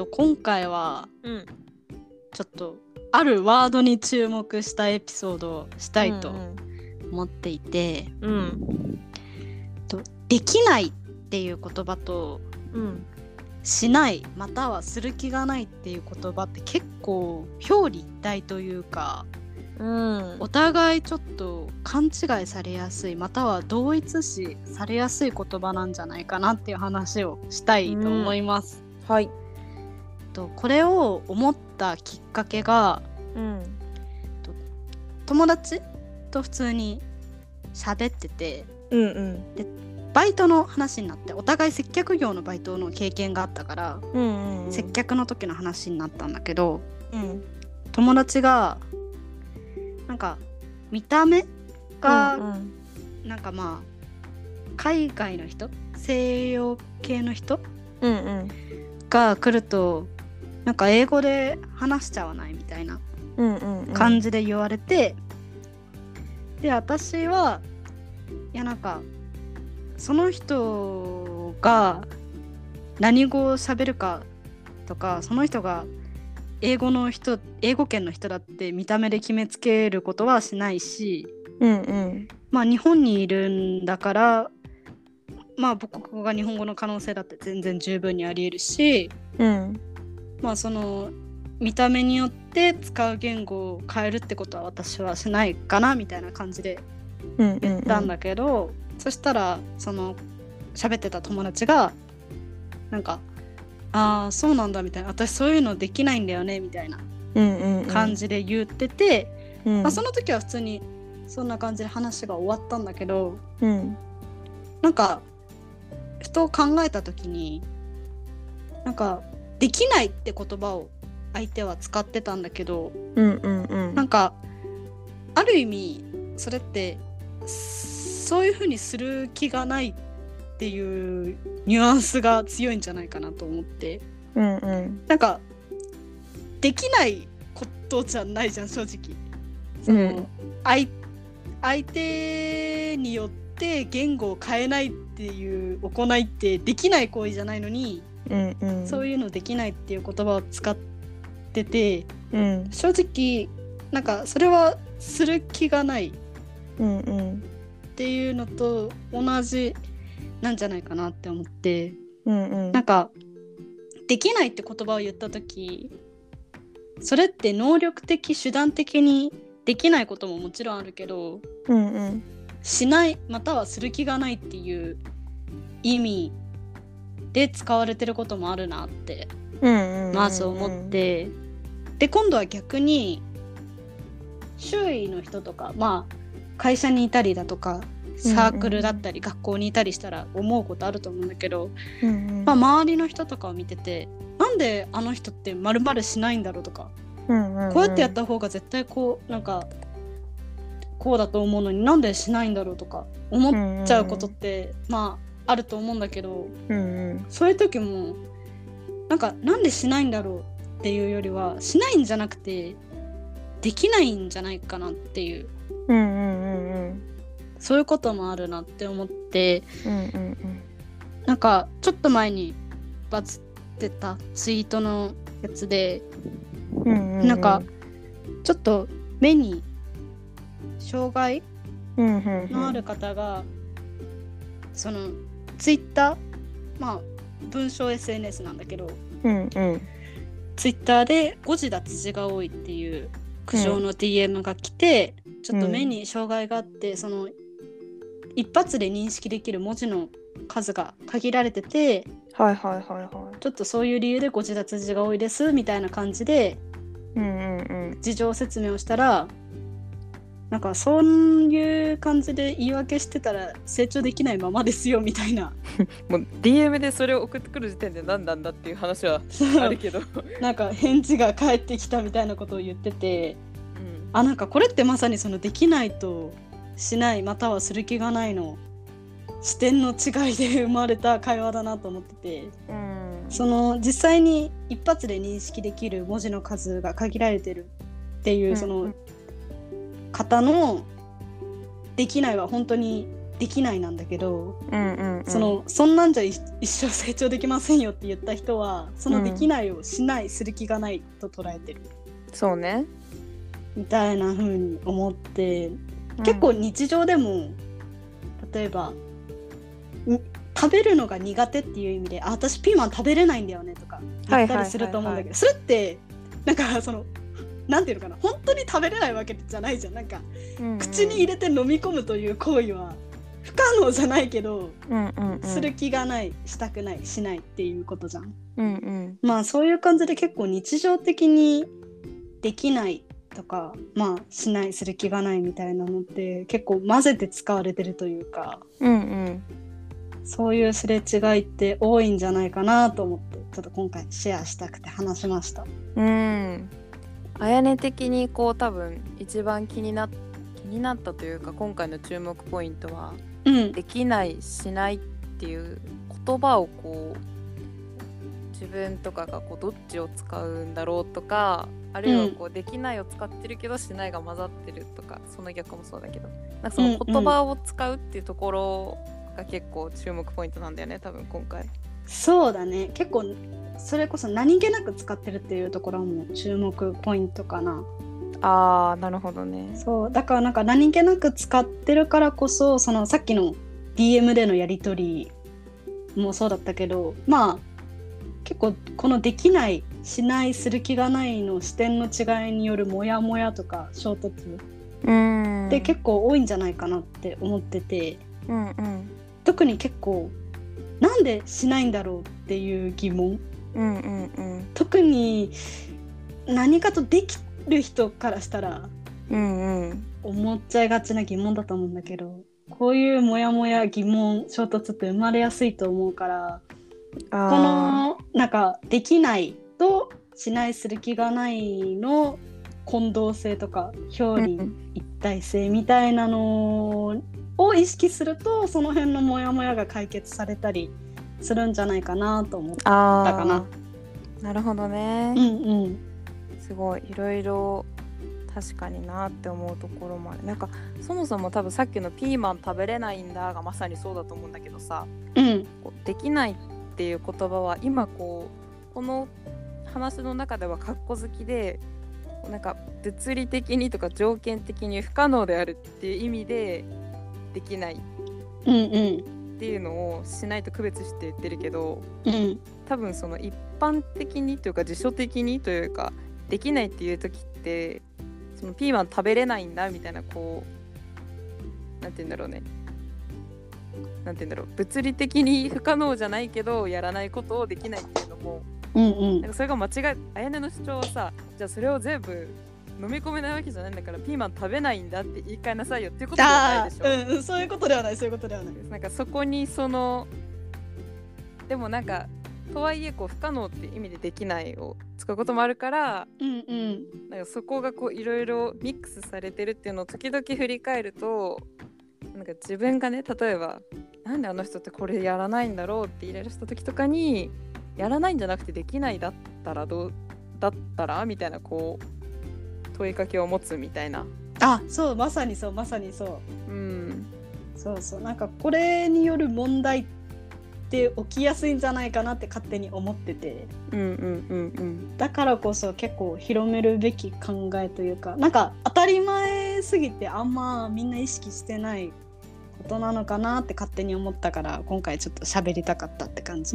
今回はうんちょっとあるワードに注目したエピソードをしたいと思っていて、できないっていう言葉と、しないまたはする気がないっていう言葉って結構表裏一体というか、お互いちょっと勘違いされやすいまたは同一視されやすい言葉なんじゃないかなっていう話をしたいと思います。 はい。 これを思ったきっかけが、友達と普通に喋ってて、でバイトの話になってお互い接客業のバイトの経験があったから、接客の時の話になったんだけど、友達がなんか見た目が、なんかまあ海外の人西洋系の人、が来るとなんか英語で話しちゃわないみたいな感じで言われて、で私はいやなんかその人が何語を喋るかとかその人が英語圏の人だって見た目で決めつけることはしないし、まあ日本にいるんだからまあ母国語が日本語の可能性だって全然十分にあり得るし、まあその見た目によって使う言語を変えるってことは私はしないかなみたいな感じで言ったんだけど、そしたらその喋ってた友達がなんかそうなんだみたいな、私そういうのできないんだよねみたいな感じで言ってて、まあ、その時は普通にそんな感じで話が終わったんだけど、なんかふと考えた時になんかできないって言葉を相手は使ってたんだけど、なんかある意味それってそういう風にする気がないっていうニュアンスが強いんじゃないかなと思って、なんかできないことじゃないじゃん正直。その、相手によって言語を変えないっていう行いってできない行為じゃないのに、そういうのできないっていう言葉を使ってて、正直なんかそれはする気がないっていうのと同じなんじゃないかなって思って、なんかできないって言葉を言った時それって能力的手段的にできないことももちろんあるけど、しないまたはする気がないっていう意味で使われてることもあるなってまず思って、で今度は逆に周囲の人とか、まあ会社にいたりだとかサークルだったり学校にいたりしたら思うことあると思うんだけど、まあ、周りの人とかを見ててなんであの人って〇〇しないんだろうとか、こうやってやった方が絶対こうなんかこうだと思うのになんでしないんだろうとか思っちゃうことってまああると思うんだけど、そういう時もなんでしないんだろうっていうよりはしないんじゃなくてできないんじゃないかなっていう、そういうこともあるなって思って、なんかちょっと前にバズってたツイートのやつで、なんかちょっと目に障害のある方がそのツイッター、まあ文章 SNS なんだけど、ツイッターで誤字脱字が多いっていう苦情の DM が来て、ちょっと目に障害があって、その一発で認識できる文字の数が限られてて、ちょっとそういう理由で誤字脱字が多いですみたいな感じで事情説明をしたら、なんかそういう感じで言い訳してたら成長できないままですよみたいなもう DM でそれを送ってくる時点で何なんだっていう話はあるけどなんか返事が返ってきたみたいなことを言ってて、なんかこれってまさにそのできないとしないまたはする気がないの視点の違いで生まれた会話だなと思ってて、その実際に一発で認識できる文字の数が限られてるっていうその方のできないは本当にできないなんだけど、そんなんじゃ一生成長できませんよって言った人はそのできないをしない、する気がないと捉えてる。 そうね。 みたいな風に思って、結構日常でも例えば食べるのが苦手っていう意味で私ピーマン食べれないんだよねとか言ったりすると思うんだけど、それってなんかなんていうのかな、本当に食べれないわけじゃないじゃん。なんか、口に入れて飲み込むという行為は不可能じゃないけど、する気がない、したくない、しないっていうことじゃん。まあそういう感じで結構日常的にできないとか、まあしない、する気がないみたいなのって結構混ぜて使われてるというか、そういうすれ違いって多いんじゃないかなと思ってちょっと今回シェアしたくて話しました。 あやね的にこう多分一番気になったというか今回の注目ポイントは、できないしないっていう言葉をこう自分とかがこうどっちを使うんだろうとか、あるいはこうできないを使ってるけどしないが混ざってるとか、その逆もそうだけど、なんかその言葉を使うっていうところが結構注目ポイントなんだよね多分今回。 そうだね、結構それこそ何気なく使ってるっていうところも注目ポイントかな。 なるほどね。 そうだからなんか何気なく使ってるからこそ、そのさっきの DM でのやり取りもそうだったけど、まあ結構このできない、しない、する気がないの視点の違いによるモヤモヤとか衝突って結構多いんじゃないかなって思ってて、特に結構なんでしないんだろうっていう疑問、特に何かとできる人からしたら、思っちゃいがちな疑問だと思うんだけど、こういうモヤモヤ疑問衝突って生まれやすいと思うから、このなんかできないとしない、する気がないの混同性とか表裏一体性みたいなのを意識すると、その辺のモヤモヤが解決されたりするんじゃないかなと思ったかな。 なるほどね。すごいいろいろ確かになって思うところもある。なんかそもそも多分さっきのピーマン食べれないんだがまさにそうだと思うんだけどさ、できないっていう言葉は今この話の中ではカッコ好きで、なんか物理的にとか条件的に不可能であるっていう意味でできないっていうのをしないと区別して言ってるけど、多分その一般的にというか辞書的にというかできないっていう時ってそのピーマン食べれないんだみたいな、こうなんて言うんだろうね、なんて言うんだろう、物理的に不可能じゃないけどやらないことをできないっていうのも、なんかそれが間違い、あやねの主張はさ、じゃあそれを全部飲み込めないわけじゃないんだからピーマン食べないんだって言い換えなさいよっていうことではないでしょ。 そういうことではない、そういうことではない。 なんかそこにでもなんかとはいえこう不可能って意味でできないを使うこともあるから、なんかそこがこういろいろミックスされてるっていうのを時々振り返ると、なんか自分がね、例えばなんであの人ってこれやらないんだろうってイライラした時とかに、やらないんじゃなくてできないだったらどうだったらみたいな、こう問いかけを持つみたいな。 そう、まさにそう、まさにそう。そうそう、なんかこれによる問題って起きやすいんじゃないかなって勝手に思ってて、だからこそ結構広めるべき考えというか、なんか当たり前すぎてあんまみんな意識してないことなのかなって勝手に思ったから、今回ちょっと喋りたかったって感じ。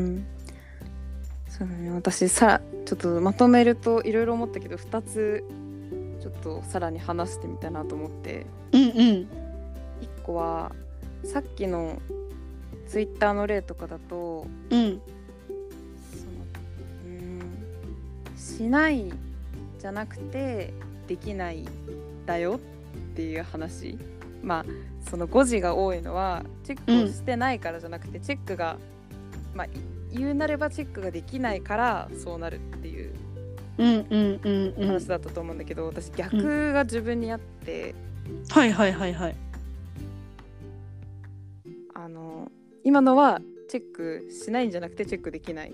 そうね、私ちょっとまとめるといろいろ思ったけど、2つちょっとさらに話してみたいなと思って、1個はさっきのツイッターの例とかだと、しないじゃなくてできないだよっていう話。まあその誤字が多いのはチェックをしてないからじゃなくて、チェックが言うなればチェックができないからそうなるっていう話だったと思うんだけど、私逆が自分にあって、今のはチェックしないんじゃなくてチェックできない。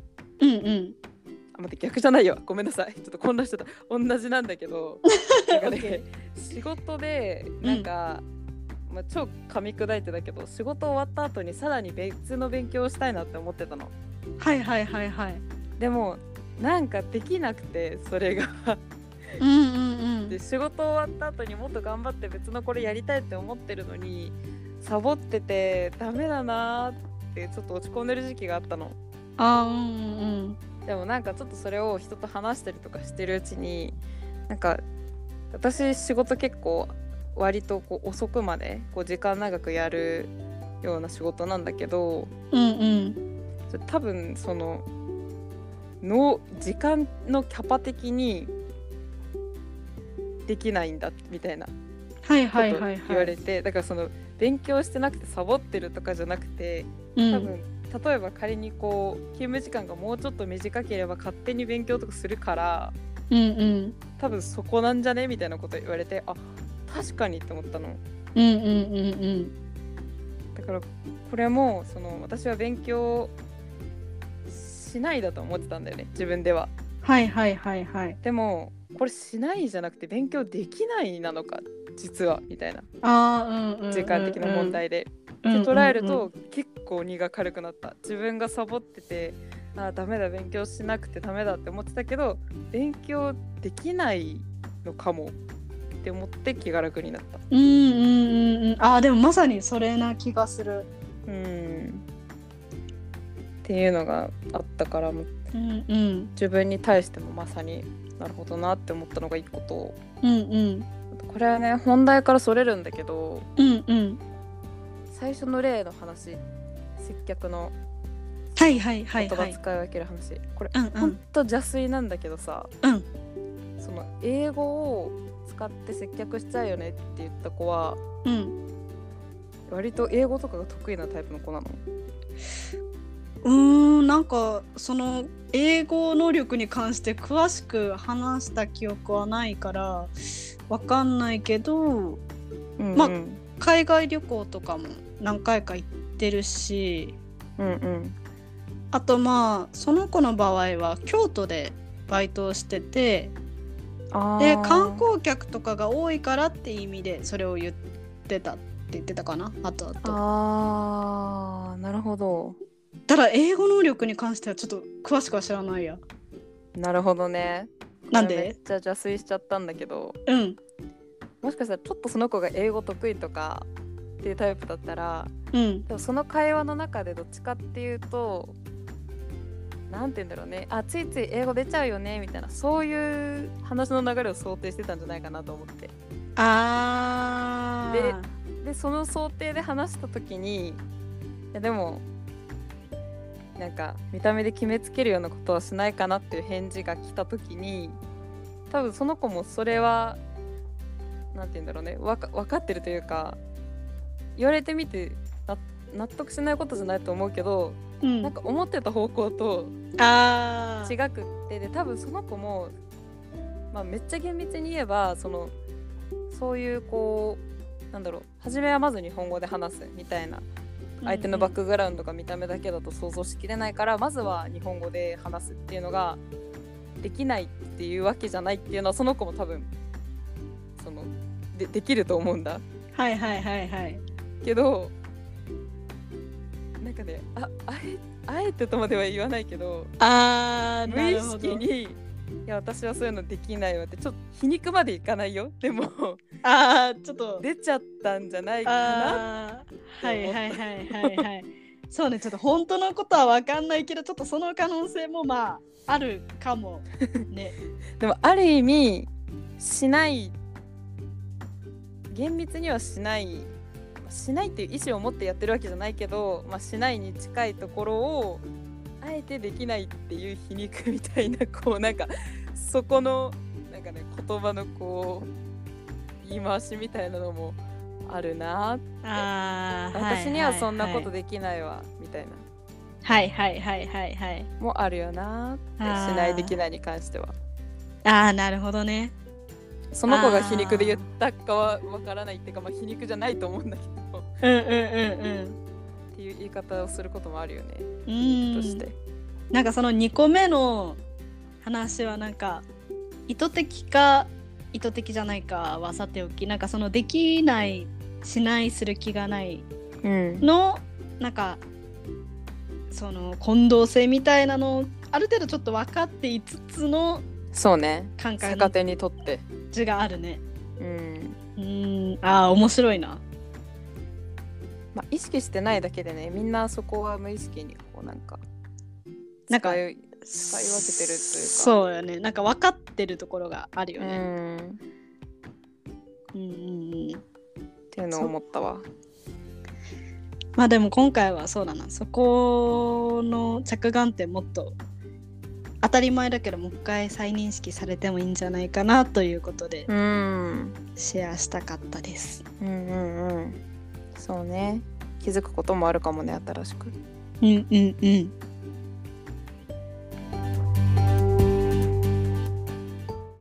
待って、逆じゃないよ、ごめんなさい、ちょっと混乱してた。同じなんだけどなんかね、仕事でなんか、 超噛み砕いてだけど、仕事終わった後にさらに別の勉強をしたいなって思ってたの。 はいはいはいはい。 でもなんかできなくて、それがで仕事終わった後にもっと頑張って別のこれやりたいって思ってるのにサボっててダメだなってちょっと落ち込んでる時期があったの。でもなんかちょっとそれを人と話したりとかしてるうちに、なんか私仕事結構割とこう遅くまでこう時間長くやるような仕事なんだけど、多分その時間のキャパ的にできないんだみたいなこと言われて、だからその勉強してなくてサボってるとかじゃなくて、多分例えば仮にこう勤務時間がもうちょっと短ければ勝手に勉強とかするから、多分そこなんじゃねみたいなこと言われて、あ、確かにって思ったの。だからこれもその私は勉強しないだと思ってたんだよね、自分では。でもこれしないじゃなくて勉強できないなのか実はみたいな、時間的な問題でって捉えると結構荷が軽くなった。自分がサボってて、ダメだ勉強しなくてダメだって思ってたけど、勉強できないのかもって思って気が楽になった。 でもまさにそれな気がする。 っていうのがあったから、自分に対してもまさになるほどなって思ったのが一個と、これはね本題からそれるんだけど、最初の例の話、接客の言葉使い分ける話、これほんと邪推なんだけどさ、その英語を使って接客しちゃうよねって言った子は、割と英語とかが得意なタイプの子なの？ なんかその英語能力に関して詳しく話した記憶はないからわかんないけど、海外旅行とかも何回か行ってるし、あとその子の場合は京都でバイトをしてて、で観光客とかが多いからって意味でそれを言ってたって言ってたかな、あと。 なるほど。 ただ英語能力に関してはちょっと詳しくは知らないや。 なるほどね。 なんで？ めっちゃ邪推しちゃったんだけど、もしかしたらちょっとその子が英語得意とかっていうタイプだったら、でもその会話の中でどっちかっていうとなんて言うんだろうね、ついつい英語出ちゃうよねみたいな、そういう話の流れを想定してたんじゃないかなと思って。でその想定で話した時に、いやでもなんか見た目で決めつけるようなことはしないかなっていう返事が来た時に、多分その子もそれはなんて言うんだろうね、分かってるというか、言われてみて納得しないことじゃないと思うけど、なんか思ってた方向と違くって、で多分その子も、めっちゃ厳密に言えばそういうこうなんだろう、初めはまず日本語で話すみたいな、相手のバックグラウンドが見た目だけだと想像しきれないから、まずは日本語で話すっていうのができないっていうわけじゃないっていうのは、その子も多分できると思うんだ。けどなんかね、あえてとまでは言わないけど、無意識に、いや私はそういうのできないわってちょっと皮肉までいかないよ、でもちょっと出ちゃったんじゃないかな。 そうね、ちょっと本当のことは分かんないけど、ちょっとその可能性もあるかもね。 でもある意味しない、厳密にはしないっていう意思を持ってやってるわけじゃないけど、しないに近いところをあえてできないっていう皮肉みたいな、こうなんかそこのなんかね、言葉のこう言い回しみたいなのもあるなって。私にはそんなことできないわみたいなもあるよなって、しないできないに関しては。 なるほどね。 その子が皮肉で言ったかはわからないっていうか、皮肉じゃないと思うんだけどっていう言い方をすることもあるよね、として。 なんかその2個目の話はなんか意図的か意図的じゃないかはさておき、なんかそのできないっしないする気がないの、なんかその混同性みたいなのをある程度ちょっと分かっていつつのそうね感覚逆手にとって字があるね。面白いな。 まあ、意識してないだけでね、みんなそこは無意識にこうなんか使い分けてるというか。 そうよね。なんか分かってるところがあるよね。 っていうのを思ったわ。 まあでも今回はそうだな、そこの着眼点もっと当たり前だけどもう一回再認識されてもいいんじゃないかなということでシェアしたかったです。 そうね、気づくこともあるかもね、新しく。